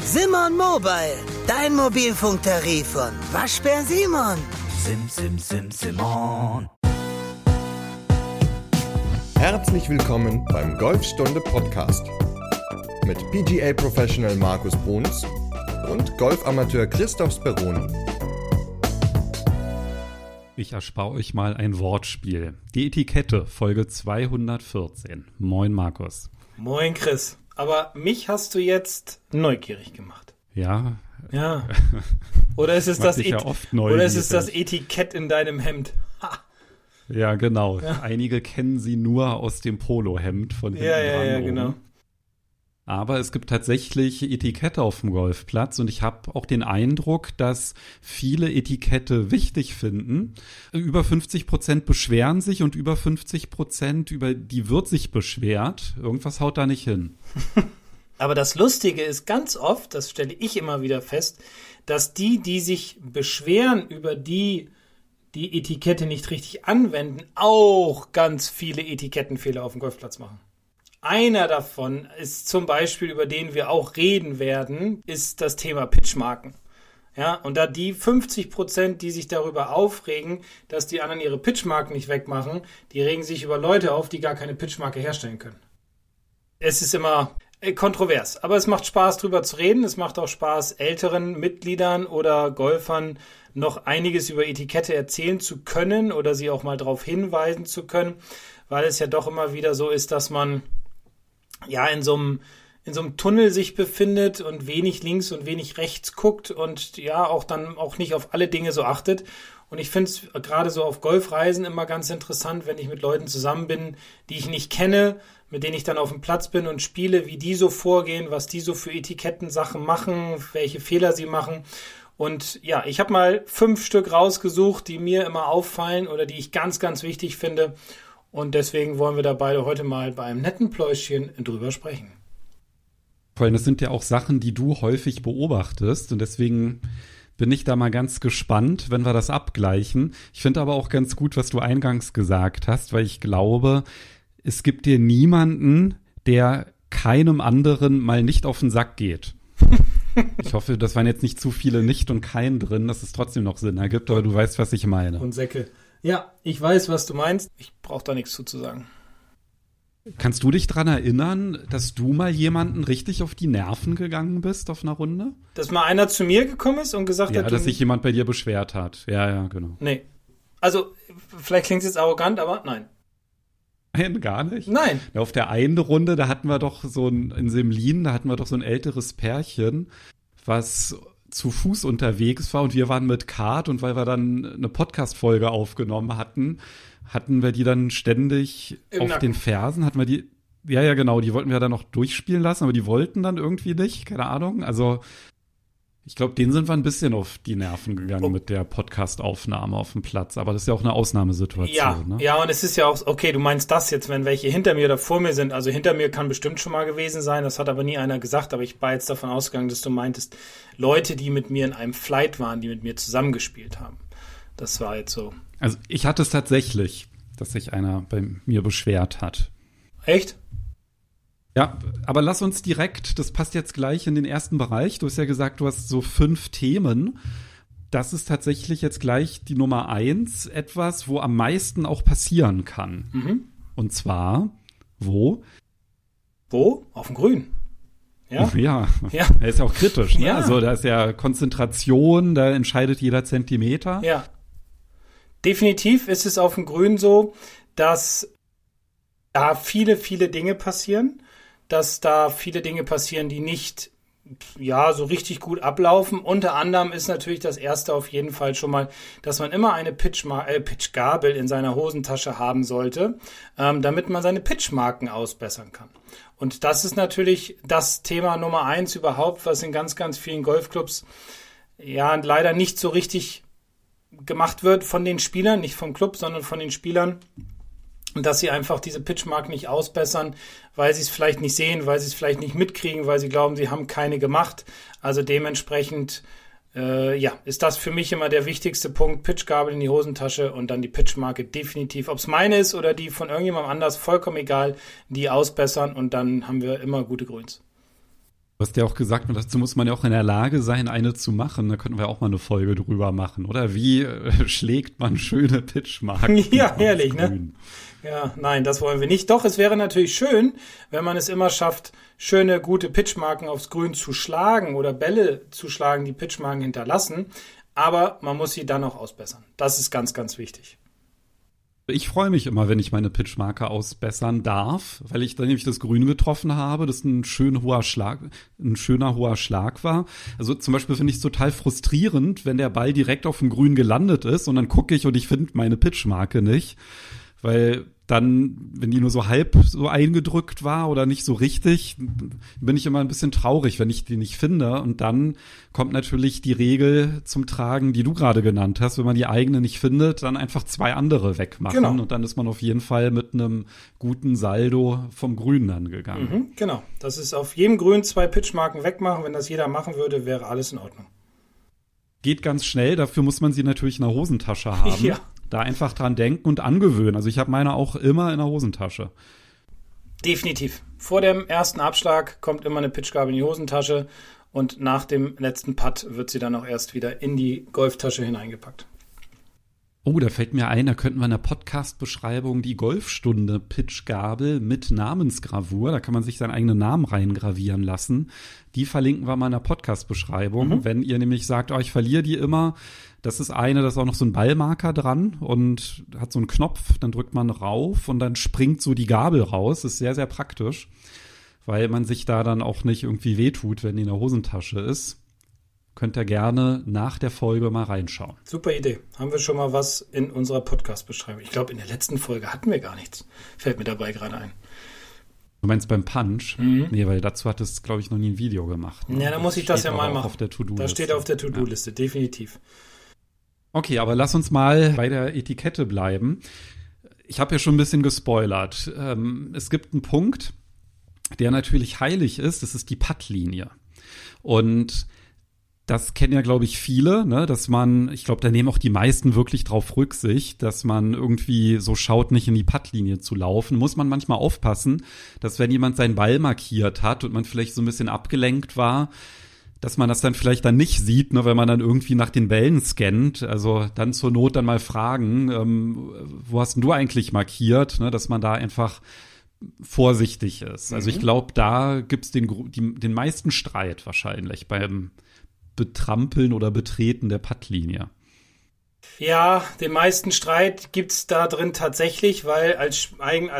Simon Mobile, dein Mobilfunktarif von Waschbär Simon. Simon. Herzlich willkommen beim Golfstunde Podcast mit PGA Professional Markus Bruns und Golfamateur Christoph Speroni. Ich erspare euch mal ein Wortspiel. Die Etikette, Folge 214. Moin Markus. Moin Chris. Aber mich hast du jetzt neugierig gemacht. Ja. Oder ist es das das Etikett in deinem Hemd? Ha. Ja, genau. Ja. Einige kennen sie nur aus dem Polohemd von hinten dran. Ja, genau. Aber es gibt tatsächlich Etikette auf dem Golfplatz und ich habe auch den Eindruck, dass viele Etikette wichtig finden. Über 50% beschweren sich und über 50% über die wird sich beschwert. Irgendwas haut da nicht hin. Aber das Lustige ist ganz oft, das stelle ich immer wieder fest, dass die sich beschweren über die Etikette nicht richtig anwenden, auch ganz viele Etikettenfehler auf dem Golfplatz machen. Einer davon ist zum Beispiel, über den wir auch reden werden, ist das Thema Pitchmarken. Ja, und da die 50%, die sich darüber aufregen, dass die anderen ihre Pitchmarken nicht wegmachen, die regen sich über Leute auf, die gar keine Pitchmarke herstellen können. Es ist immer kontrovers, aber es macht Spaß, drüber zu reden. Es macht auch Spaß, älteren Mitgliedern oder Golfern noch einiges über Etikette erzählen zu können oder sie auch mal darauf hinweisen zu können, weil es ja doch immer wieder so ist, dass man ja in so einem Tunnel sich befindet und wenig links und wenig rechts guckt und ja auch dann auch nicht auf alle Dinge so achtet. Und ich finde es gerade so auf Golfreisen immer ganz interessant, wenn ich mit Leuten zusammen bin, die ich nicht kenne, mit denen ich dann auf dem Platz bin und spiele, wie die so vorgehen, was die so für Etikettensachen machen, welche Fehler sie machen. Und ja, ich habe mal 5 Stück rausgesucht, die mir immer auffallen oder die ich ganz, ganz wichtig finde. Und deswegen wollen wir da beide heute mal bei einem netten Pläuschchen drüber sprechen. Vor allem, das sind ja auch Sachen, die du häufig beobachtest. Und deswegen bin ich da mal ganz gespannt, wenn wir das abgleichen. Ich finde aber auch ganz gut, was du eingangs gesagt hast, weil ich glaube, es gibt dir niemanden, der keinem anderen mal nicht auf den Sack geht. Ich hoffe, das waren jetzt nicht zu viele Nicht und Kein drin, dass es trotzdem noch Sinn ergibt, aber du weißt, was ich meine. Und Säcke. Ja, ich weiß, was du meinst. Ich brauche da nichts zu sagen. Kannst du dich dran erinnern, dass du mal jemanden richtig auf die Nerven gegangen bist auf einer Runde? Dass mal einer zu mir gekommen ist und gesagt hat... Ja, dass sich jemand bei dir beschwert hat. Ja, genau. Nee. Also, vielleicht klingt es jetzt arrogant, aber nein. Nein, gar nicht? Nein. Ja, auf der einen Runde, da hatten wir doch in Semlin, da hatten wir doch so ein älteres Pärchen, was zu Fuß unterwegs war und wir waren mit Kart und weil wir dann eine Podcast-Folge aufgenommen hatten wir die dann ständig auf den Fersen, hatten wir die, ja genau, die wollten wir dann noch durchspielen lassen, aber die wollten dann irgendwie nicht, keine Ahnung, also ich glaube, denen sind wir ein bisschen auf die Nerven gegangen mit der Podcast-Aufnahme auf dem Platz. Aber das ist ja auch eine Ausnahmesituation. Ja, und es ist ja auch, okay, du meinst das jetzt, wenn welche hinter mir oder vor mir sind. Also hinter mir kann bestimmt schon mal gewesen sein. Das hat aber nie einer gesagt. Aber ich war jetzt davon ausgegangen, dass du meintest, Leute, die mit mir in einem Flight waren, die mit mir zusammengespielt haben. Das war jetzt so. Also ich hatte es tatsächlich, dass sich einer bei mir beschwert hat. Echt? Ja, aber lass uns direkt, das passt jetzt gleich in den ersten Bereich. Du hast ja gesagt, du hast so 5 Themen. Das ist tatsächlich jetzt gleich die Nummer 1, etwas, wo am meisten auch passieren kann. Mhm. Und zwar, wo? Wo? Auf dem Grün. Ja. Er ist ja auch kritisch, ne? Ja. Also da ist ja Konzentration, da entscheidet jeder Zentimeter. Ja. Definitiv ist es auf dem Grün so, dass da viele, viele Dinge passieren. Dass da viele Dinge passieren, die nicht so richtig gut ablaufen. Unter anderem ist natürlich das erste auf jeden Fall schon mal, dass man immer eine Pitchgabel in seiner Hosentasche haben sollte, damit man seine Pitchmarken ausbessern kann. Und das ist natürlich das Thema Nummer 1 überhaupt, was in ganz, ganz vielen Golfclubs leider nicht so richtig gemacht wird von den Spielern, nicht vom Club, sondern von den Spielern. Und dass sie einfach diese Pitchmarken nicht ausbessern, weil sie es vielleicht nicht sehen, weil sie es vielleicht nicht mitkriegen, weil sie glauben, sie haben keine gemacht. Also dementsprechend ist das für mich immer der wichtigste Punkt. Pitchgabel in die Hosentasche und dann die Pitchmarke definitiv. Ob es meine ist oder die von irgendjemandem anders, vollkommen egal, die ausbessern und dann haben wir immer gute Grüns. Du hast ja auch gesagt, dazu muss man ja auch in der Lage sein, eine zu machen. Da könnten wir auch mal eine Folge drüber machen, oder? Wie schlägt man schöne Pitchmarken? Ja, herrlich, ne? Ja, nein, das wollen wir nicht. Doch, es wäre natürlich schön, wenn man es immer schafft, schöne, gute Pitchmarken aufs Grün zu schlagen oder Bälle zu schlagen, die Pitchmarken hinterlassen. Aber man muss sie dann auch ausbessern. Das ist ganz, ganz wichtig. Ich freue mich immer, wenn ich meine Pitchmarke ausbessern darf, weil ich dann nämlich das Grün getroffen habe, das ein schöner hoher Schlag war. Also zum Beispiel finde ich es total frustrierend, wenn der Ball direkt auf dem Grün gelandet ist und dann gucke ich und ich finde meine Pitchmarke nicht, weil dann, wenn die nur so halb so eingedrückt war oder nicht so richtig, bin ich immer ein bisschen traurig, wenn ich die nicht finde. Und dann kommt natürlich die Regel zum Tragen, die du gerade genannt hast. Wenn man die eigene nicht findet, dann einfach 2 andere wegmachen. Genau. Und dann ist man auf jeden Fall mit einem guten Saldo vom Grün dann gegangen. Genau. Das ist auf jedem Grün 2 Pitchmarken wegmachen. Wenn das jeder machen würde, wäre alles in Ordnung. Geht ganz schnell. Dafür muss man sie natürlich in der Hosentasche haben. Ja. Da einfach dran denken und angewöhnen. Also ich habe meine auch immer in der Hosentasche. Definitiv. Vor dem ersten Abschlag kommt immer eine Pitchgabel in die Hosentasche und nach dem letzten Putt wird sie dann auch erst wieder in die Golftasche hineingepackt. Oh, da fällt mir ein, da könnten wir in der Podcast-Beschreibung die Golfstunde Pitchgabel mit Namensgravur, da kann man sich seinen eigenen Namen reingravieren lassen. Die verlinken wir mal in der Podcast-Beschreibung. Wenn ihr nämlich sagt, oh, ich verliere die immer, das ist eine, da ist auch noch so ein Ballmarker dran und hat so einen Knopf, dann drückt man rauf und dann springt so die Gabel raus. Das ist sehr, sehr praktisch, weil man sich da dann auch nicht irgendwie wehtut, wenn die in der Hosentasche ist. Könnt ihr gerne nach der Folge mal reinschauen. Super Idee. Haben wir schon mal was in unserer Podcast-Beschreibung. Ich glaube, in der letzten Folge hatten wir gar nichts. Fällt mir dabei gerade ein. Du meinst beim Punch? Nee, weil dazu hat es, glaube ich, noch nie ein Video gemacht. Ne? Ja, dann muss ich das ja mal machen. Auf der To-Do-Liste. Da steht auf der To-Do-Liste, definitiv. Okay, aber lass uns mal bei der Etikette bleiben. Ich habe ja schon ein bisschen gespoilert. Es gibt einen Punkt, der natürlich heilig ist. Das ist die Puttlinie. Und das kennen ja, glaube ich, viele, ne, dass man, ich glaube, da nehmen auch die meisten wirklich drauf Rücksicht, dass man irgendwie so schaut, nicht in die Puttlinie zu laufen. Muss man manchmal aufpassen, dass wenn jemand seinen Ball markiert hat und man vielleicht so ein bisschen abgelenkt war, dass man das dann vielleicht dann nicht sieht, ne, wenn man dann irgendwie nach den Bällen scannt. Also dann zur Not dann mal fragen, wo hast denn du eigentlich markiert, ne, dass man da einfach vorsichtig ist. Also ich glaube, da gibt's den meisten Streit wahrscheinlich beim Betrampeln oder Betreten der Puttlinie. Ja, den meisten Streit gibt's da drin tatsächlich, weil als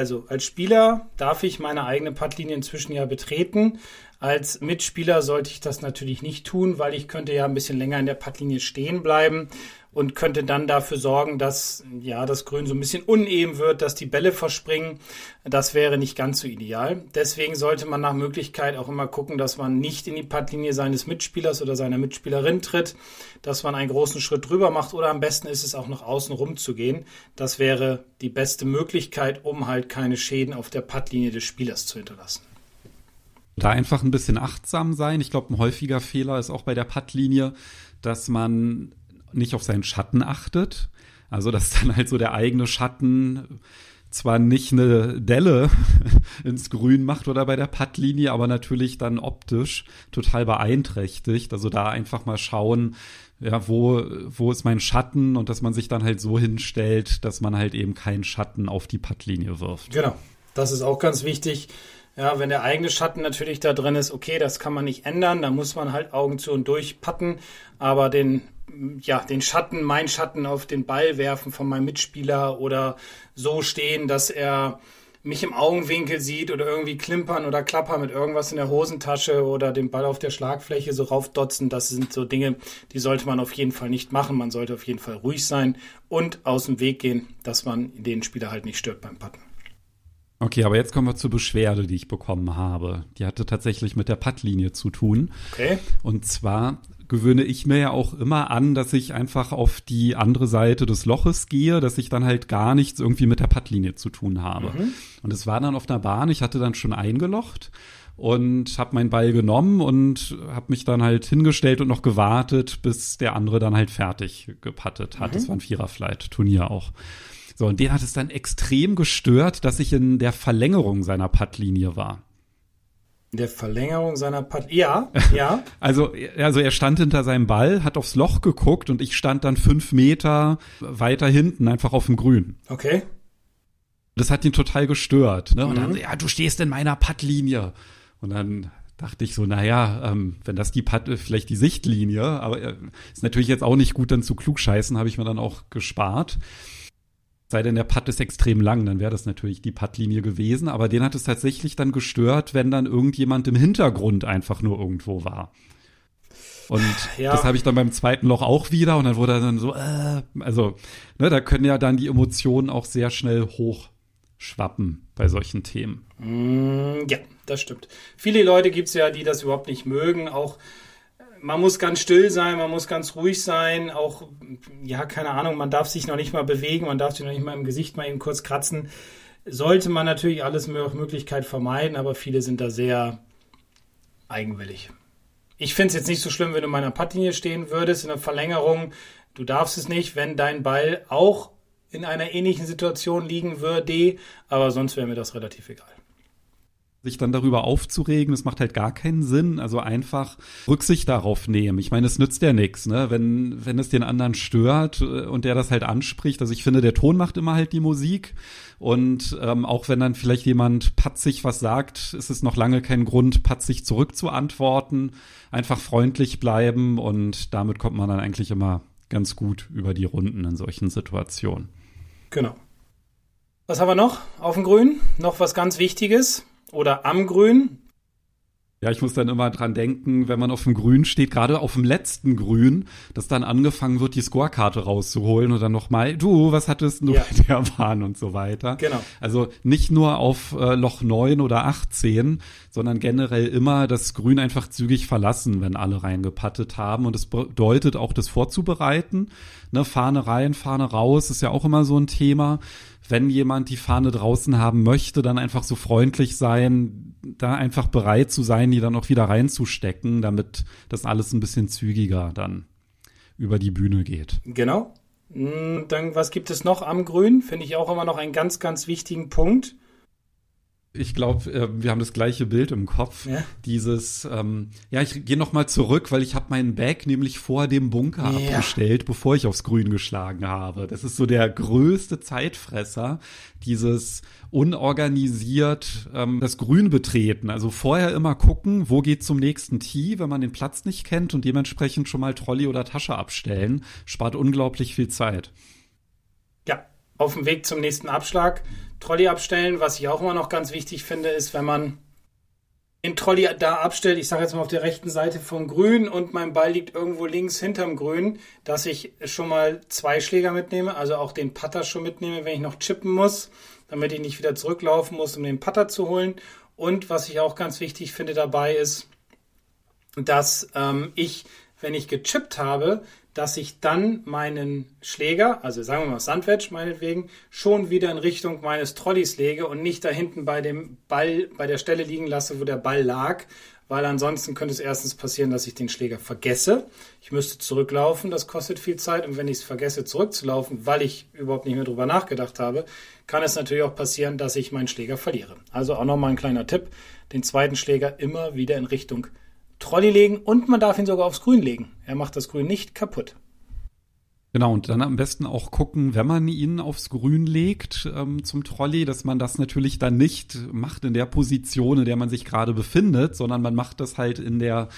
Spieler darf ich meine eigene Puttlinie inzwischen ja betreten. Als Mitspieler sollte ich das natürlich nicht tun, weil ich könnte ja ein bisschen länger in der Puttlinie stehen bleiben und könnte dann dafür sorgen, dass ja das Grün so ein bisschen uneben wird, dass die Bälle verspringen. Das wäre nicht ganz so ideal. Deswegen sollte man nach Möglichkeit auch immer gucken, dass man nicht in die Puttlinie seines Mitspielers oder seiner Mitspielerin tritt, dass man einen großen Schritt drüber macht oder am besten ist es auch nach außen rum zu gehen. Das wäre die beste Möglichkeit, um halt keine Schäden auf der Puttlinie des Spielers zu hinterlassen. Da einfach ein bisschen achtsam sein. Ich glaube, ein häufiger Fehler ist auch bei der Puttlinie, dass man nicht auf seinen Schatten achtet. Also, dass dann halt so der eigene Schatten zwar nicht eine Delle ins Grün macht oder bei der Puttlinie, aber natürlich dann optisch total beeinträchtigt. Also da einfach mal schauen, ja, wo ist mein Schatten und dass man sich dann halt so hinstellt, dass man halt eben keinen Schatten auf die Puttlinie wirft. Genau, das ist auch ganz wichtig. Ja, wenn der eigene Schatten natürlich da drin ist, okay, das kann man nicht ändern, da muss man halt Augen zu und durch putten, aber den Schatten, mein Schatten auf den Ball werfen von meinem Mitspieler oder so stehen, dass er mich im Augenwinkel sieht oder irgendwie klimpern oder klappern mit irgendwas in der Hosentasche oder den Ball auf der Schlagfläche so raufdotzen, das sind so Dinge, die sollte man auf jeden Fall nicht machen. Man sollte auf jeden Fall ruhig sein und aus dem Weg gehen, dass man den Spieler halt nicht stört beim Putten. Okay, aber jetzt kommen wir zur Beschwerde, die ich bekommen habe. Die hatte tatsächlich mit der Puttlinie zu tun. Okay. Und zwar gewöhne ich mir ja auch immer an, dass ich einfach auf die andere Seite des Loches gehe, dass ich dann halt gar nichts irgendwie mit der Puttlinie zu tun habe. Und es war dann auf einer Bahn, ich hatte dann schon eingelocht und habe meinen Ball genommen und habe mich dann halt hingestellt und noch gewartet, bis der andere dann halt fertig geputtet hat. Das war ein Vierer-Flight-Turnier auch. So, und den hat es dann extrem gestört, dass ich in der Verlängerung seiner Puttlinie war. In der Verlängerung seiner Putt. Ja. Also er stand hinter seinem Ball, hat aufs Loch geguckt und ich stand dann 5 Meter weiter hinten, einfach auf dem Grün. Okay. Das hat ihn total gestört. Ne? Und dann, ja, du stehst in meiner Puttlinie. Und dann dachte ich so, naja, wenn das die Putt, vielleicht die Sichtlinie, aber ist natürlich jetzt auch nicht gut, dann zu klugscheißen, habe ich mir dann auch gespart. Sei denn, der Putt ist extrem lang, dann wäre das natürlich die Puttlinie gewesen. Aber den hat es tatsächlich dann gestört, wenn dann irgendjemand im Hintergrund einfach nur irgendwo war. Und das habe ich dann beim zweiten Loch auch wieder. Und dann wurde er dann so, also, ne, da können ja dann die Emotionen auch sehr schnell hochschwappen bei solchen Themen. Ja, das stimmt. Viele Leute gibt es ja, die das überhaupt nicht mögen. Auch man muss ganz still sein, man muss ganz ruhig sein, auch, ja, keine Ahnung, man darf sich noch nicht mal bewegen, man darf sich noch nicht mal im Gesicht mal eben kurz kratzen. Sollte man natürlich alles nach Möglichkeit vermeiden, aber viele sind da sehr eigenwillig. Ich finde es jetzt nicht so schlimm, wenn du in meiner Puttlinie stehen würdest, in der Verlängerung. Du darfst es nicht, wenn dein Ball auch in einer ähnlichen Situation liegen würde, aber sonst wäre mir das relativ egal. Sich dann darüber aufzuregen, das macht halt gar keinen Sinn. Also einfach Rücksicht darauf nehmen. Ich meine, es nützt ja nichts, ne? Wenn es den anderen stört und der das halt anspricht. Also ich finde, der Ton macht immer halt die Musik. Und auch wenn dann vielleicht jemand patzig was sagt, ist es noch lange kein Grund, patzig zurückzuantworten. Einfach freundlich bleiben und damit kommt man dann eigentlich immer ganz gut über die Runden in solchen Situationen. Genau. Was haben wir noch auf dem Grün? Noch was ganz Wichtiges. Oder am Grün. Ja, ich muss dann immer dran denken, wenn man auf dem Grün steht, gerade auf dem letzten Grün, dass dann angefangen wird, die Scorekarte rauszuholen und dann nochmal, du, was hattest du bei der Bahn und so weiter. Genau. Also nicht nur auf Loch 9 oder 18, sondern generell immer das Grün einfach zügig verlassen, wenn alle reingepattet haben. Und das bedeutet auch, das vorzubereiten. Ne, Fahne rein, Fahne raus, ist ja auch immer so ein Thema. Wenn jemand die Fahne draußen haben möchte, dann einfach so freundlich sein, da einfach bereit zu sein, die dann auch wieder reinzustecken, damit das alles ein bisschen zügiger dann über die Bühne geht. Genau. Dann, was gibt es noch am Grün? Finde ich auch immer noch einen ganz, ganz wichtigen Punkt. Ich glaube, wir haben das gleiche Bild im Kopf. Ja. Dieses, ich gehe noch mal zurück, weil ich habe meinen Bag nämlich vor dem Bunker abgestellt, bevor ich aufs Grün geschlagen habe. Das ist so der größte Zeitfresser, dieses unorganisiert das Grün betreten. Also vorher immer gucken, wo geht zum nächsten Tee, wenn man den Platz nicht kennt und dementsprechend schon mal Trolley oder Tasche abstellen. Spart unglaublich viel Zeit. Ja, auf dem Weg zum nächsten Abschlag Trolley abstellen. Was ich auch immer noch ganz wichtig finde, ist, wenn man den Trolley da abstellt, ich sage jetzt mal auf der rechten Seite vom Grün und mein Ball liegt irgendwo links hinterm Grün, dass ich schon mal 2 Schläger mitnehme, also auch den Putter schon mitnehme, wenn ich noch chippen muss, damit ich nicht wieder zurücklaufen muss, um den Putter zu holen. Und was ich auch ganz wichtig finde dabei ist, dass ich, wenn ich gechippt habe, dass ich dann meinen Schläger, also sagen wir mal Sandwedge meinetwegen, schon wieder in Richtung meines Trolleys lege und nicht da hinten bei dem Ball, bei der Stelle liegen lasse, wo der Ball lag, weil ansonsten könnte es erstens passieren, dass ich den Schläger vergesse. Ich müsste zurücklaufen, das kostet viel Zeit und wenn ich es vergesse zurückzulaufen, weil ich überhaupt nicht mehr drüber nachgedacht habe, kann es natürlich auch passieren, dass ich meinen Schläger verliere. Also auch nochmal ein kleiner Tipp, den zweiten Schläger immer wieder in Richtung Trolley legen und man darf ihn sogar aufs Grün legen. Er macht das Grün nicht kaputt. Genau, und dann am besten auch gucken, wenn man ihn aufs Grün legt zum Trolley, dass man das natürlich dann nicht macht in der Position, in der man sich gerade befindet, sondern man macht das halt in der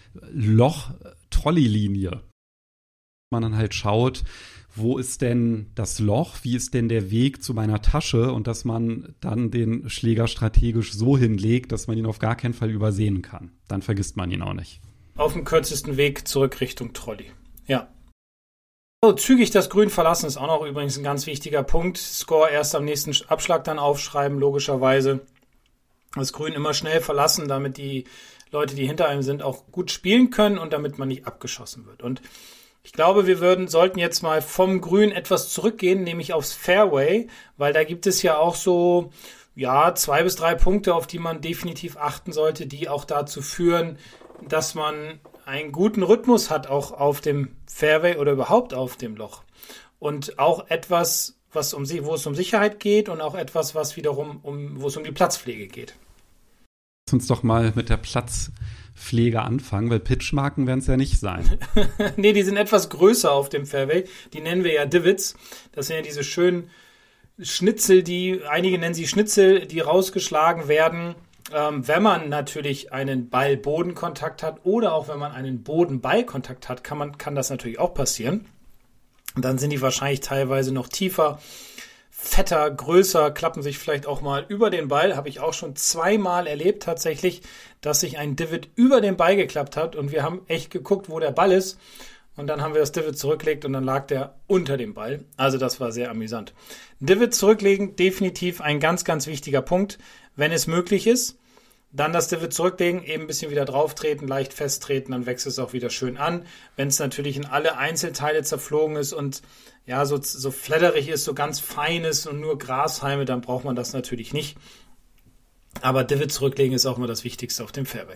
Loch-Trolley-Linie. Man dann halt schaut, wo ist denn das Loch, wie ist denn der Weg zu meiner Tasche und dass man dann den Schläger strategisch so hinlegt, dass man ihn auf gar keinen Fall übersehen kann. Dann vergisst man ihn auch nicht. Auf dem kürzesten Weg zurück Richtung Trolley. Ja. So, zügig das Grün verlassen ist auch noch übrigens ein ganz wichtiger Punkt. Score erst am nächsten Abschlag dann aufschreiben, logischerweise. Das Grün immer schnell verlassen, damit die Leute, die hinter einem sind, auch gut spielen können und damit man nicht abgeschossen wird. Und ich glaube, wir sollten jetzt mal vom Grün etwas zurückgehen, nämlich aufs Fairway, weil da gibt es ja auch so, 2 bis 3 Punkte, auf die man definitiv achten sollte, die auch dazu führen, dass man einen guten Rhythmus hat, auch auf dem Fairway oder überhaupt auf dem Loch. Und auch etwas, wo es um Sicherheit geht und auch etwas, was wiederum wo es um die Platzpflege geht. lass uns doch mal mit der Platzpflege anfangen, weil Pitchmarken werden es ja nicht sein. Nee, die sind etwas größer auf dem Fairway. Die nennen wir ja Divots. Das sind ja diese schönen Schnitzel, einige nennen sie Schnitzel, die rausgeschlagen werden, wenn man natürlich einen Ball-Bodenkontakt hat oder auch wenn man einen Boden-Ball-Kontakt hat, kann das natürlich auch passieren. Und dann sind die wahrscheinlich teilweise noch tiefer, fetter, größer, klappen sich vielleicht auch mal über den Ball. Habe ich auch schon 2-mal erlebt tatsächlich, dass sich ein Divot über den Ball geklappt hat und wir haben echt geguckt, wo der Ball ist. Und dann haben wir das Divot zurückgelegt und dann lag der unter dem Ball. Also das war sehr amüsant. Divot zurücklegen, definitiv ein ganz, ganz wichtiger Punkt. Wenn es möglich ist, dann das Divot zurücklegen, eben ein bisschen wieder drauf treten, leicht festtreten, dann wächst es auch wieder schön an. Wenn es natürlich in alle Einzelteile zerflogen ist und ja, so fledderig ist, so ganz fein ist und nur Grashalme, dann braucht man das natürlich nicht. Aber Divot zurücklegen ist auch immer das Wichtigste auf dem Fairway.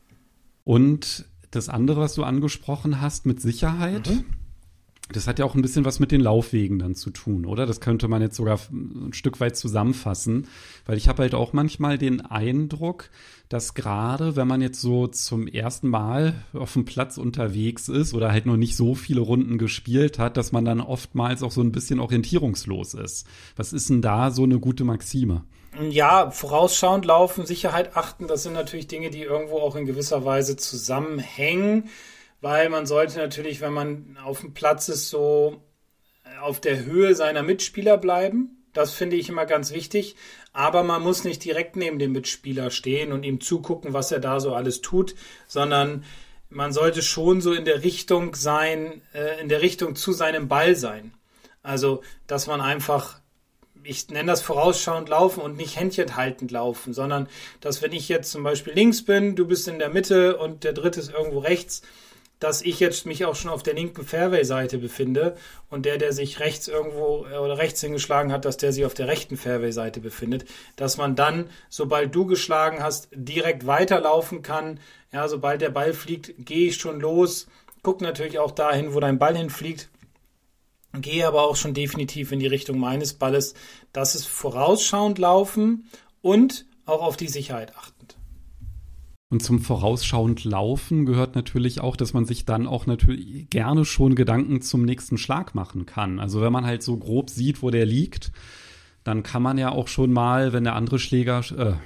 Und das andere, was du angesprochen hast, mit Sicherheit, das hat ja auch ein bisschen was mit den Laufwegen dann zu tun, oder? Das könnte man jetzt sogar ein Stück weit zusammenfassen, weil ich habe halt auch manchmal den Eindruck, dass gerade, wenn man jetzt so zum ersten Mal auf dem Platz unterwegs ist oder halt noch nicht so viele Runden gespielt hat, dass man dann oftmals auch so ein bisschen orientierungslos ist. Was ist denn da so eine gute Maxime? Ja, vorausschauend laufen, Sicherheit achten, das sind natürlich Dinge, die irgendwo auch in gewisser Weise zusammenhängen, weil man sollte natürlich, wenn man auf dem Platz ist, so auf der Höhe seiner Mitspieler bleiben. Das finde ich immer ganz wichtig, aber man muss nicht direkt neben dem Mitspieler stehen und ihm zugucken, was er da so alles tut, sondern man sollte schon so in der Richtung sein, in der Richtung zu seinem Ball sein. Also, dass man einfach, ich nenne das vorausschauend laufen und nicht Händchen haltend laufen, sondern dass wenn ich jetzt zum Beispiel links bin, du bist in der Mitte und der dritte ist irgendwo rechts, dass ich jetzt mich auch schon auf der linken Fairway-Seite befinde und der sich rechts irgendwo oder rechts hingeschlagen hat, dass der sich auf der rechten Fairway-Seite befindet, dass man dann, sobald du geschlagen hast, direkt weiterlaufen kann. Ja, sobald der Ball fliegt, gehe ich schon los, guck natürlich auch dahin, wo dein Ball hinfliegt, gehe aber auch schon definitiv in die Richtung meines Balles. Das ist vorausschauend laufen und auch auf die Sicherheit achtend. Und zum vorausschauend Laufen gehört natürlich auch, dass man sich dann auch natürlich gerne schon Gedanken zum nächsten Schlag machen kann. Also wenn man halt so grob sieht, wo der liegt, dann kann man ja auch schon mal, wenn der andere Spieler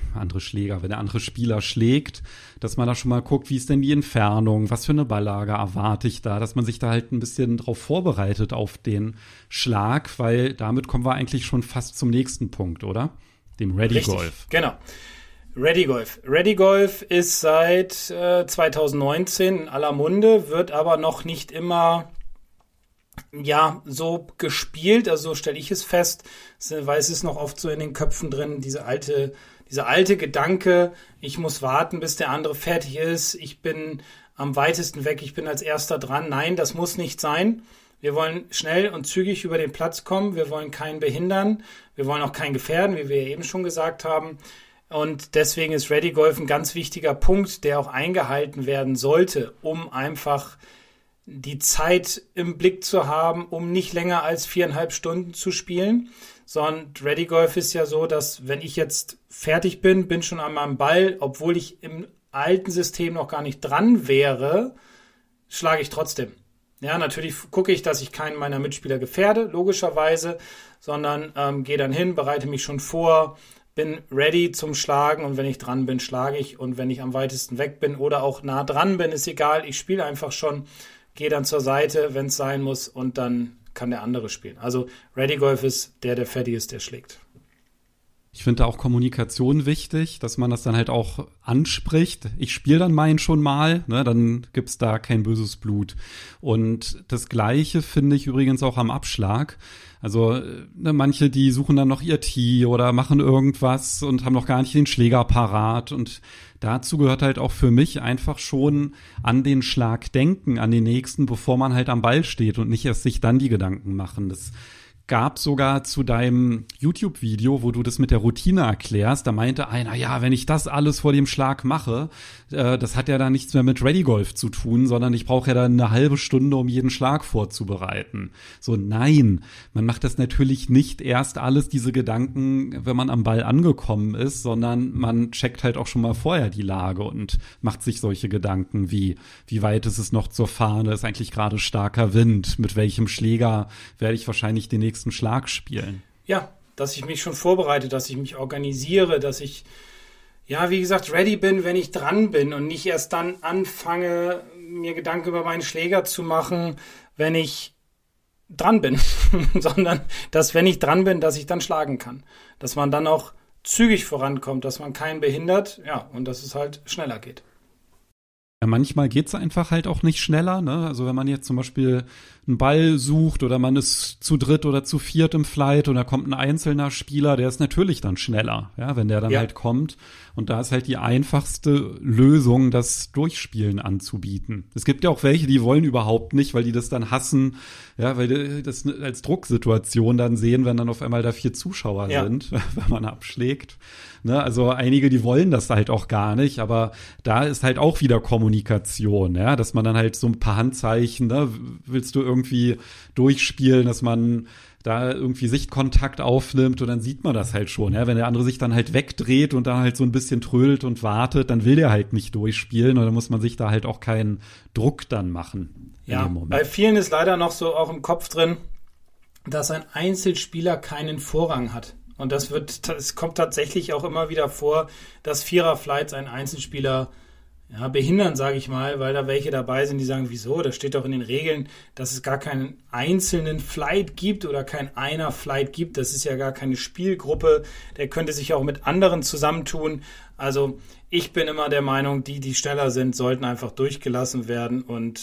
schlägt, dass man da schon mal guckt, wie ist denn die Entfernung, was für eine Balllage erwarte ich da, dass man sich da halt ein bisschen drauf vorbereitet auf den Schlag, weil damit kommen wir eigentlich schon fast zum nächsten Punkt, oder? Dem Ready Golf. Richtig, genau. Ready Golf. Ready Golf ist seit 2019 in aller Munde, wird aber noch nicht immer so gespielt, also so stelle ich es fest, weil es ist noch oft so in den Köpfen drin, dieser alte Gedanke, ich muss warten, bis der andere fertig ist, ich bin am weitesten weg, ich bin als erster dran. Nein, das muss nicht sein. Wir wollen schnell und zügig über den Platz kommen, wir wollen keinen behindern, wir wollen auch keinen gefährden, wie wir eben schon gesagt haben. Und deswegen ist Ready Golf ein ganz wichtiger Punkt, der auch eingehalten werden sollte, um einfach die Zeit im Blick zu haben, um nicht länger als 4,5 Stunden zu spielen. Sondern Ready Golf ist ja so, dass wenn ich jetzt fertig bin schon an meinem Ball, obwohl ich im alten System noch gar nicht dran wäre, schlage ich trotzdem. Ja, natürlich gucke ich, dass ich keinen meiner Mitspieler gefährde, logischerweise, sondern gehe dann hin, bereite mich schon vor, bin ready zum Schlagen und wenn ich dran bin, schlage ich und wenn ich am weitesten weg bin oder auch nah dran bin, ist egal, ich spiele einfach schon, gehe dann zur Seite, wenn es sein muss und dann kann der andere spielen. Also Ready Golf ist der fertig ist, der schlägt. Ich finde da auch Kommunikation wichtig, dass man das dann halt auch anspricht. Ich spiele dann meinen schon mal, ne, dann gibt's da kein böses Blut. Und das Gleiche finde ich übrigens auch am Abschlag. Also manche, die suchen dann noch ihr Tee oder machen irgendwas und haben noch gar nicht den Schläger parat. Und dazu gehört halt auch für mich einfach schon an den Schlag denken, an den nächsten, bevor man halt am Ball steht und nicht erst sich dann die Gedanken machen. Das gab sogar zu deinem YouTube-Video, wo du das mit der Routine erklärst, da meinte einer, ja, wenn ich das alles vor dem Schlag mache, das hat ja dann nichts mehr mit Ready Golf zu tun, sondern ich brauche ja dann eine halbe Stunde, um jeden Schlag vorzubereiten. So, nein, man macht das natürlich nicht erst alles, diese Gedanken, wenn man am Ball angekommen ist, sondern man checkt halt auch schon mal vorher die Lage und macht sich solche Gedanken wie weit ist es noch zur Fahne, ist eigentlich gerade starker Wind, mit welchem Schläger werde ich wahrscheinlich den nächsten Schlag spielen. Ja, dass ich mich schon vorbereite, dass ich mich organisiere, dass ich, ja, wie gesagt, ready bin, wenn ich dran bin und nicht erst dann anfange, mir Gedanken über meinen Schläger zu machen, wenn ich dran bin, sondern dass, wenn ich dran bin, dass ich dann schlagen kann. Dass man dann auch zügig vorankommt, dass man keinen behindert, ja, und dass es halt schneller geht. Ja, manchmal geht's einfach halt auch nicht schneller, ne? Also wenn man jetzt zum Beispiel einen Ball sucht oder man ist zu dritt oder zu viert im Flight und da kommt ein einzelner Spieler, der ist natürlich dann schneller, ja, wenn der dann halt kommt. Und da ist halt die einfachste Lösung, das Durchspielen anzubieten. Es gibt ja auch welche, die wollen überhaupt nicht, weil die das dann hassen, ja, weil die das als Drucksituation dann sehen, wenn dann auf einmal da 4 Zuschauer sind, wenn man abschlägt. Ne, also einige, die wollen das halt auch gar nicht, aber da ist halt auch wieder Kommunikation, ja, dass man dann halt so ein paar Handzeichen, ne, willst du irgendwie durchspielen, dass man da irgendwie Sichtkontakt aufnimmt und dann sieht man das halt schon, ja, wenn der andere sich dann halt wegdreht und dann halt so ein bisschen trödelt und wartet, dann will der halt nicht durchspielen und dann muss man sich da halt auch keinen Druck dann machen. Ja, bei vielen ist leider noch so auch im Kopf drin, dass ein Einzelspieler keinen Vorrang hat. Und es kommt tatsächlich auch immer wieder vor, dass Vierer-Flights einen Einzelspieler behindern, sage ich mal, weil da welche dabei sind, die sagen, wieso? Das steht doch in den Regeln, dass es gar keinen einzelnen Flight gibt oder kein einer Flight gibt. Das ist ja gar keine Spielgruppe. Der könnte sich auch mit anderen zusammentun. Also ich bin immer der Meinung, die schneller sind, sollten einfach durchgelassen werden. Und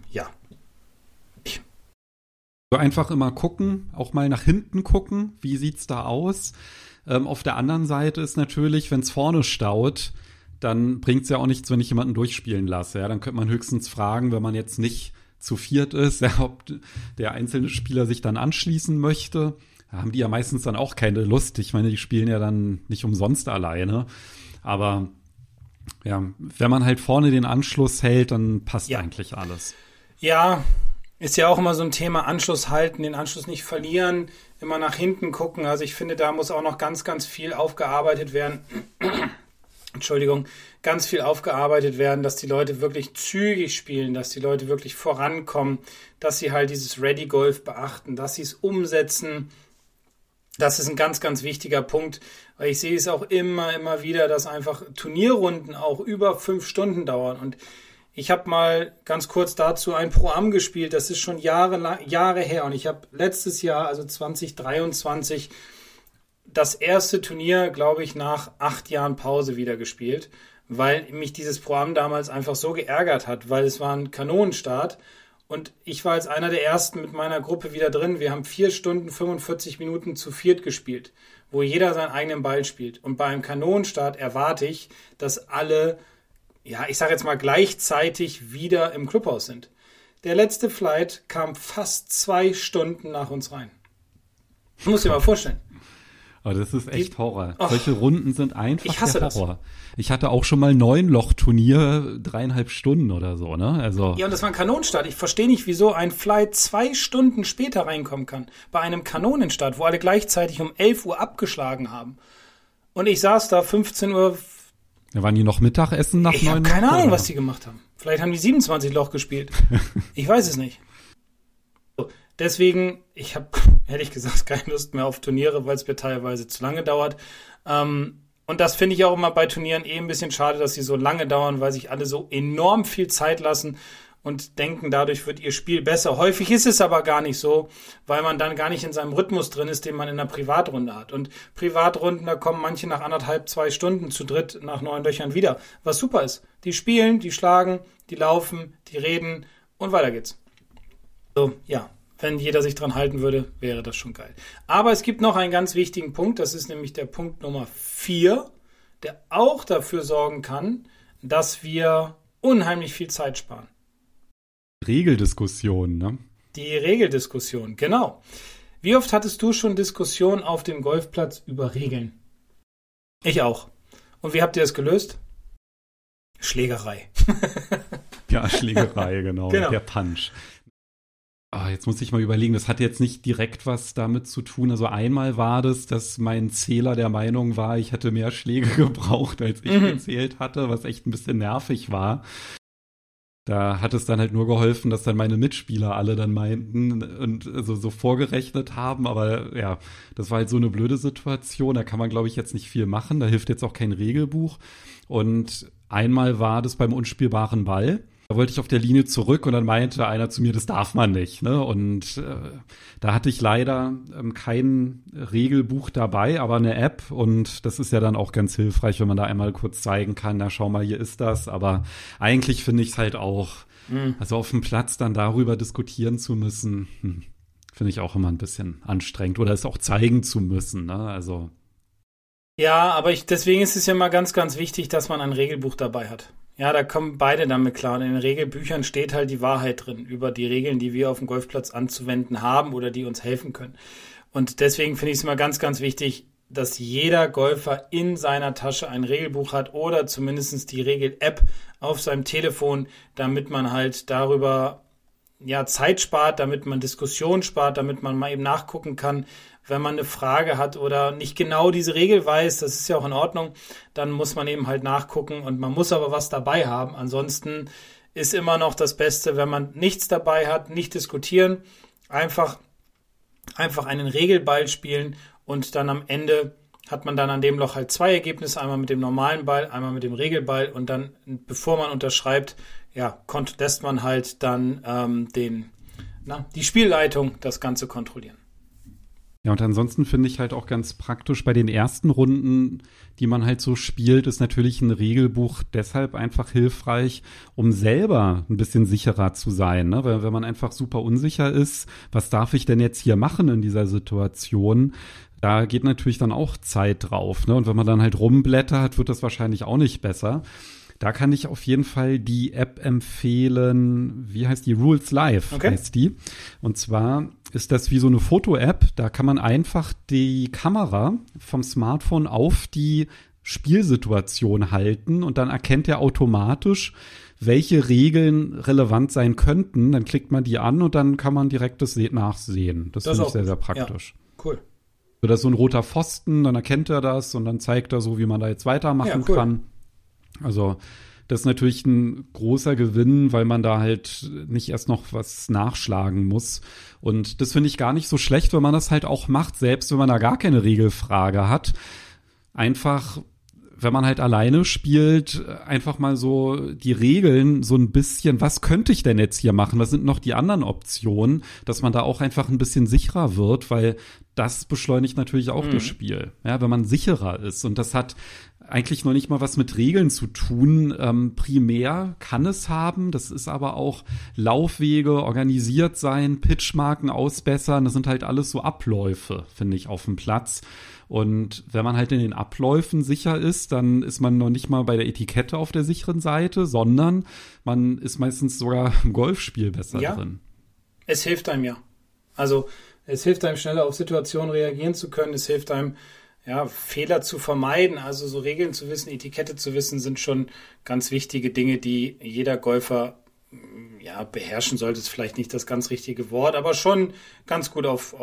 einfach immer gucken, auch mal nach hinten gucken, wie sieht's da aus. Auf der anderen Seite ist natürlich, wenn es vorne staut, dann bringt's ja auch nichts, wenn ich jemanden durchspielen lasse. Ja, dann könnte man höchstens fragen, wenn man jetzt nicht zu viert ist, ja, ob der einzelne Spieler sich dann anschließen möchte. Da haben die ja meistens dann auch keine Lust. Ich meine, die spielen ja dann nicht umsonst alleine. Aber ja, wenn man halt vorne den Anschluss hält, dann passt eigentlich alles. Ja, ist ja auch immer so ein Thema, Anschluss halten, den Anschluss nicht verlieren, immer nach hinten gucken. Also ich finde, da muss auch noch ganz, ganz viel aufgearbeitet werden. Entschuldigung, ganz viel aufgearbeitet werden, dass die Leute wirklich zügig spielen, dass die Leute wirklich vorankommen, dass sie halt dieses Ready Golf beachten, dass sie es umsetzen. Das ist ein ganz, ganz wichtiger Punkt, weil ich sehe es auch immer wieder, dass einfach Turnierrunden auch über 5 Stunden dauern. Und ich habe mal ganz kurz dazu ein Pro-Am gespielt, das ist schon Jahre her. Und ich habe letztes Jahr, also 2023, das erste Turnier, glaube ich, nach 8 Jahren Pause wieder gespielt, weil mich dieses Pro-Am damals einfach so geärgert hat, weil es war ein Kanonenstart und ich war als einer der ersten mit meiner Gruppe wieder drin. Wir haben 4 Stunden, 45 Minuten zu viert gespielt, wo jeder seinen eigenen Ball spielt. Und bei einem Kanonenstart erwarte ich, dass alle, ich sage jetzt mal gleichzeitig wieder im Clubhaus sind. Der letzte Flight kam fast 2 Stunden nach uns rein. Ich muss dir mal vorstellen. Aber das ist echt Horror. Solche Runden sind einfach ich hasse der Horror. Ich hatte auch schon mal 9-Loch-Turnier, 3,5 Stunden oder so, ne? Also. Ja, und das war ein Kanonenstart. Ich verstehe nicht, wieso ein Flight 2 Stunden später reinkommen kann. Bei einem Kanonenstart, wo alle gleichzeitig um 11 Uhr abgeschlagen haben. Und ich saß da 15 Uhr. Da waren die noch Mittagessen nach 9 Loch? Ich habe keine Ahnung, was die gemacht haben. Vielleicht haben die 27 Loch gespielt. Ich weiß es nicht. Deswegen, ich habe ehrlich gesagt keine Lust mehr auf Turniere, weil es mir teilweise zu lange dauert. Und das finde ich auch immer bei Turnieren ein bisschen schade, dass sie so lange dauern, weil sich alle so enorm viel Zeit lassen und denken, dadurch wird ihr Spiel besser. Häufig ist es aber gar nicht so, weil man dann gar nicht in seinem Rhythmus drin ist, den man in einer Privatrunde hat. Und Privatrunden, da kommen manche nach 1,5, 2 Stunden zu dritt nach 9 Löchern wieder, was super ist. Die spielen, die schlagen, die laufen, die reden und weiter geht's. So, ja. Wenn jeder sich dran halten würde, wäre das schon geil. Aber es gibt noch einen ganz wichtigen Punkt, das ist nämlich der Punkt Nummer 4, der auch dafür sorgen kann, dass wir unheimlich viel Zeit sparen. Regeldiskussion, ne? Die Regeldiskussion, genau. Wie oft hattest du schon Diskussionen auf dem Golfplatz über Regeln? Ich auch. Und wie habt ihr das gelöst? Schlägerei. Ja, Schlägerei, genau. Der Punch. Jetzt muss ich mal überlegen, das hat jetzt nicht direkt was damit zu tun. Also einmal war das, dass mein Zähler der Meinung war, ich hätte mehr Schläge gebraucht, als ich gezählt hatte, was echt ein bisschen nervig war. Da hat es dann halt nur geholfen, dass dann meine Mitspieler alle dann meinten und also so vorgerechnet haben. Aber ja, das war halt so eine blöde Situation. Da kann man, glaube ich, jetzt nicht viel machen. Da hilft jetzt auch kein Regelbuch. Und einmal war das beim unspielbaren Ball. Da wollte ich auf der Linie zurück und dann meinte einer zu mir, das darf man nicht. Ne? Und da hatte ich leider kein Regelbuch dabei, aber eine App. Und das ist ja dann auch ganz hilfreich, wenn man da einmal kurz zeigen kann, na schau mal, hier ist das. Aber eigentlich finde ich es halt auch, also auf dem Platz dann darüber diskutieren zu müssen, finde ich auch immer ein bisschen anstrengend. Oder es auch zeigen zu müssen. Ne? Also ja, aber deswegen ist es ja mal ganz, ganz wichtig, dass man ein Regelbuch dabei hat. Ja, da kommen beide damit klar. Und in den Regelbüchern steht halt die Wahrheit drin über die Regeln, die wir auf dem Golfplatz anzuwenden haben oder die uns helfen können. Und deswegen finde ich es immer ganz, ganz wichtig, dass jeder Golfer in seiner Tasche ein Regelbuch hat oder zumindest die Regel-App auf seinem Telefon, damit man halt darüber Zeit spart, damit man Diskussion spart, damit man mal eben nachgucken kann, wenn man eine Frage hat oder nicht genau diese Regel weiß, das ist ja auch in Ordnung, dann muss man eben halt nachgucken und man muss aber was dabei haben. Ansonsten ist immer noch das Beste, wenn man nichts dabei hat, nicht diskutieren, einfach einen Regelball spielen und dann am Ende hat man dann an dem Loch halt 2 Ergebnisse, einmal mit dem normalen Ball, einmal mit dem Regelball und dann, bevor man unterschreibt, lässt man halt dann die Spielleitung das Ganze kontrollieren. Ja, und ansonsten finde ich halt auch ganz praktisch bei den ersten Runden, die man halt so spielt, ist natürlich ein Regelbuch deshalb einfach hilfreich, um selber ein bisschen sicherer zu sein, ne? Weil wenn man einfach super unsicher ist, was darf ich denn jetzt hier machen in dieser Situation? Da geht natürlich dann auch Zeit drauf, ne? Und wenn man dann halt rumblättert, wird das wahrscheinlich auch nicht besser. Da kann ich auf jeden Fall die App empfehlen, wie heißt die? Rules Live heißt die. Und zwar ist das wie so eine Foto-App. Da kann man einfach die Kamera vom Smartphone auf die Spielsituation halten und dann erkennt er automatisch, welche Regeln relevant sein könnten. Dann klickt man die an und dann kann man direkt das nachsehen. Das finde ich sehr, sehr praktisch. Ja, cool. So, das ist so ein roter Pfosten, dann erkennt er das und dann zeigt er so, wie man da jetzt weitermachen kann. Also das ist natürlich ein großer Gewinn, weil man da halt nicht erst noch was nachschlagen muss. Und das finde ich gar nicht so schlecht, wenn man das halt auch macht, selbst wenn man da gar keine Regelfrage hat. Einfach, wenn man halt alleine spielt, einfach mal so die Regeln so ein bisschen, was könnte ich denn jetzt hier machen? Was sind noch die anderen Optionen? Dass man da auch einfach ein bisschen sicherer wird, weil das beschleunigt natürlich auch das Spiel, ja, wenn man sicherer ist. Und das hat eigentlich noch nicht mal was mit Regeln zu tun. Primär kann es haben, das ist aber auch Laufwege, organisiert sein, Pitchmarken ausbessern, das sind halt alles so Abläufe, finde ich, auf dem Platz. Und wenn man halt in den Abläufen sicher ist, dann ist man noch nicht mal bei der Etikette auf der sicheren Seite, sondern man ist meistens sogar im Golfspiel besser drin. Es hilft einem ja. Also es hilft einem schneller auf Situationen reagieren zu können, es hilft einem Fehler zu vermeiden, also so Regeln zu wissen, Etikette zu wissen, sind schon ganz wichtige Dinge, die jeder Golfer beherrschen sollte, ist vielleicht nicht das ganz richtige Wort, aber schon ganz gut auf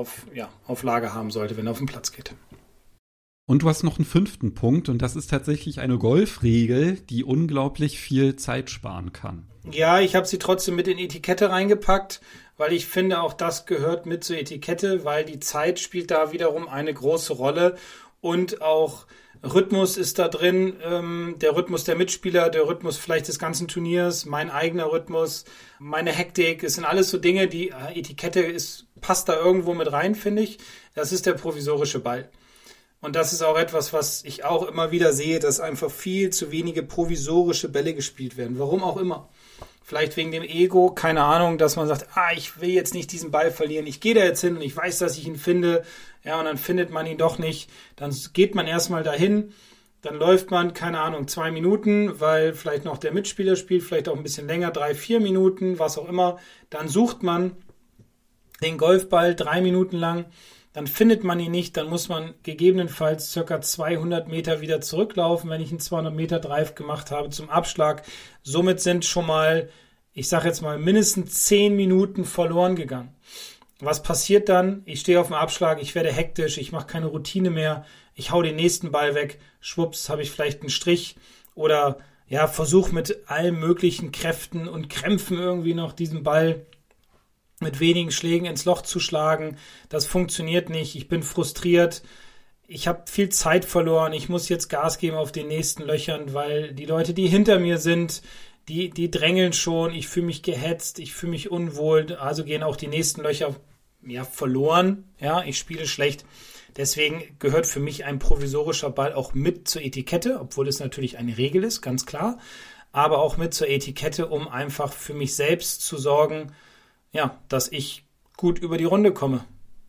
Lager haben sollte, wenn er auf den Platz geht. Und du hast noch einen 5. Punkt und das ist tatsächlich eine Golfregel, die unglaublich viel Zeit sparen kann. Ja, ich habe sie trotzdem mit in Etikette reingepackt, weil ich finde, auch das gehört mit zur Etikette, weil die Zeit spielt da wiederum eine große Rolle und auch Rhythmus ist da drin, der Rhythmus der Mitspieler, der Rhythmus vielleicht des ganzen Turniers, mein eigener Rhythmus, meine Hektik, es sind alles so Dinge, die Etikette passt da irgendwo mit rein, finde ich. Das ist der provisorische Ball. Und das ist auch etwas, was ich auch immer wieder sehe, dass einfach viel zu wenige provisorische Bälle gespielt werden. Warum auch immer. Vielleicht wegen dem Ego, keine Ahnung, dass man sagt, ich will jetzt nicht diesen Ball verlieren. Ich gehe da jetzt hin und ich weiß, dass ich ihn finde. Ja, und dann findet man ihn doch nicht. Dann geht man erstmal dahin. Dann läuft man, keine Ahnung, 2 Minuten, weil vielleicht noch der Mitspieler spielt, vielleicht auch ein bisschen länger, 3, 4 Minuten, was auch immer. Dann sucht man den Golfball 3 Minuten lang, dann findet man ihn nicht, dann muss man gegebenenfalls circa 200 Meter wieder zurücklaufen, wenn ich einen 200 Meter Drive gemacht habe zum Abschlag. Somit sind schon mal, ich sage jetzt mal, mindestens 10 Minuten verloren gegangen. Was passiert dann? Ich stehe auf dem Abschlag, ich werde hektisch, ich mache keine Routine mehr, ich hau den nächsten Ball weg, schwupps, habe ich vielleicht einen Strich oder ja, versuche mit allen möglichen Kräften und Krämpfen irgendwie noch diesen Ball mit wenigen Schlägen ins Loch zu schlagen. Das funktioniert nicht. Ich bin frustriert. Ich habe viel Zeit verloren. Ich muss jetzt Gas geben auf den nächsten Löchern, weil die Leute, die hinter mir sind, die drängeln schon. Ich fühle mich gehetzt. Ich fühle mich unwohl. Also gehen auch die nächsten Löcher verloren. Ja, ich spiele schlecht. Deswegen gehört für mich ein provisorischer Ball auch mit zur Etikette, obwohl es natürlich eine Regel ist, ganz klar. Aber auch mit zur Etikette, um einfach für mich selbst zu sorgen, ja, dass ich gut über die Runde komme.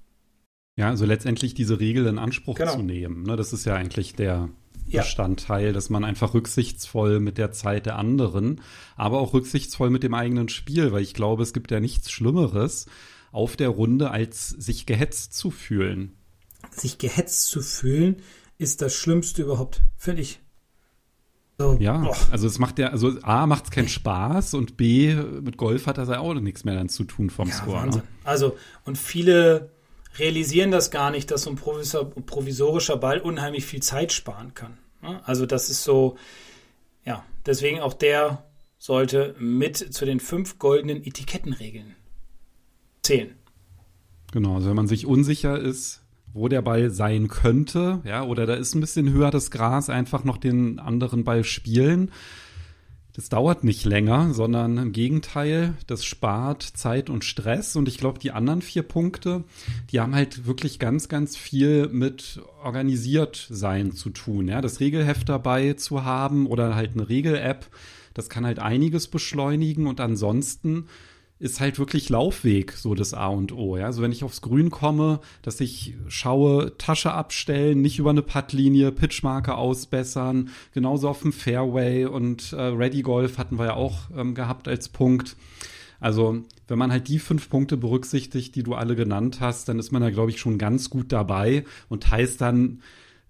Ja, also letztendlich diese Regel in Anspruch zu nehmen. Ne? Das ist ja eigentlich der Bestandteil, dass man einfach rücksichtsvoll mit der Zeit der anderen, aber auch rücksichtsvoll mit dem eigenen Spiel, weil ich glaube, es gibt ja nichts Schlimmeres auf der Runde, als sich gehetzt zu fühlen. Sich gehetzt zu fühlen, ist das Schlimmste überhaupt, finde ich. So, ja, also es macht also A, macht es keinen Spaß und B, mit Golf hat das ja auch nichts mehr dann zu tun vom Score. Wahnsinn. Ne? Also, und viele realisieren das gar nicht, dass so ein provisorischer Ball unheimlich viel Zeit sparen kann. Also das ist so, ja, deswegen auch der sollte mit zu den 5 goldenen Etikettenregeln zählen. Genau, also wenn man sich unsicher ist, wo der Ball sein könnte, ja, oder da ist ein bisschen höher das Gras, einfach noch den anderen Ball spielen. Das dauert nicht länger, sondern im Gegenteil, das spart Zeit und Stress. Und ich glaube, die anderen 4 Punkte, die haben halt wirklich ganz, ganz viel mit organisiert sein zu tun. Ja, das Regelheft dabei zu haben oder halt eine Regel-App, das kann halt einiges beschleunigen. Und ansonsten ist halt wirklich Laufweg so das A und O. Ja? Also wenn ich aufs Grün komme, dass ich schaue, Tasche abstellen, nicht über eine Puttlinie, Pitchmarke ausbessern, genauso auf dem Fairway und Ready Golf hatten wir ja auch gehabt als Punkt. Also wenn man halt die 5 Punkte berücksichtigt, die du alle genannt hast, dann ist man da, glaube ich, schon ganz gut dabei und heißt dann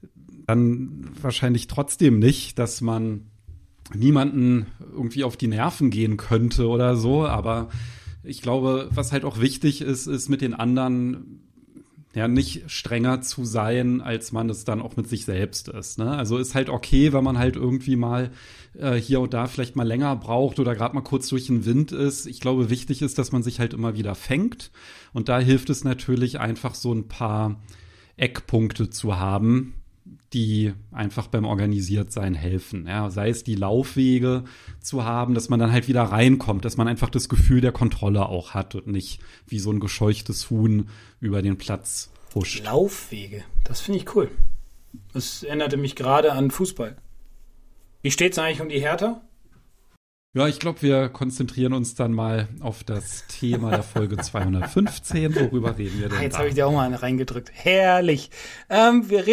wahrscheinlich trotzdem nicht, dass man niemanden irgendwie auf die Nerven gehen könnte oder so, aber ich glaube, was halt auch wichtig ist mit den anderen ja nicht strenger zu sein, als man es dann auch mit sich selbst ist. Ne? Also ist halt okay, wenn man halt irgendwie mal hier und da vielleicht mal länger braucht oder gerade mal kurz durch den Wind ist. Ich glaube, wichtig ist, dass man sich halt immer wieder fängt. Und da hilft es natürlich einfach so ein paar Eckpunkte zu haben, die einfach beim Organisiertsein helfen. Ja, sei es die Laufwege zu haben, dass man dann halt wieder reinkommt, dass man einfach das Gefühl der Kontrolle auch hat und nicht wie so ein gescheuchtes Huhn über den Platz huscht. Laufwege, das finde ich cool. Das erinnerte mich gerade an Fußball. Wie steht es eigentlich um die Hertha? Ja, ich glaube, wir konzentrieren uns dann mal auf das Thema der Folge 215. Worüber reden wir denn Jetzt da? habe ich dir auch mal eine reingedrückt. Herrlich. Wir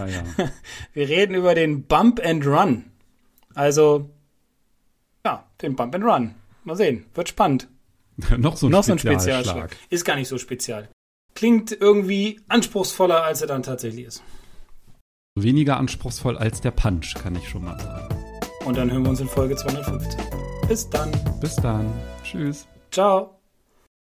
reden über den Bump and Run. Also, ja, den Bump and Run. Mal sehen, wird spannend. Noch so ein Spezialschlag. Ist gar nicht so spezial. Klingt irgendwie anspruchsvoller, als er dann tatsächlich ist. Weniger anspruchsvoll als der Punch, kann ich schon mal sagen. Und dann hören wir uns in Folge 215. Bis dann. Bis dann. Tschüss. Ciao.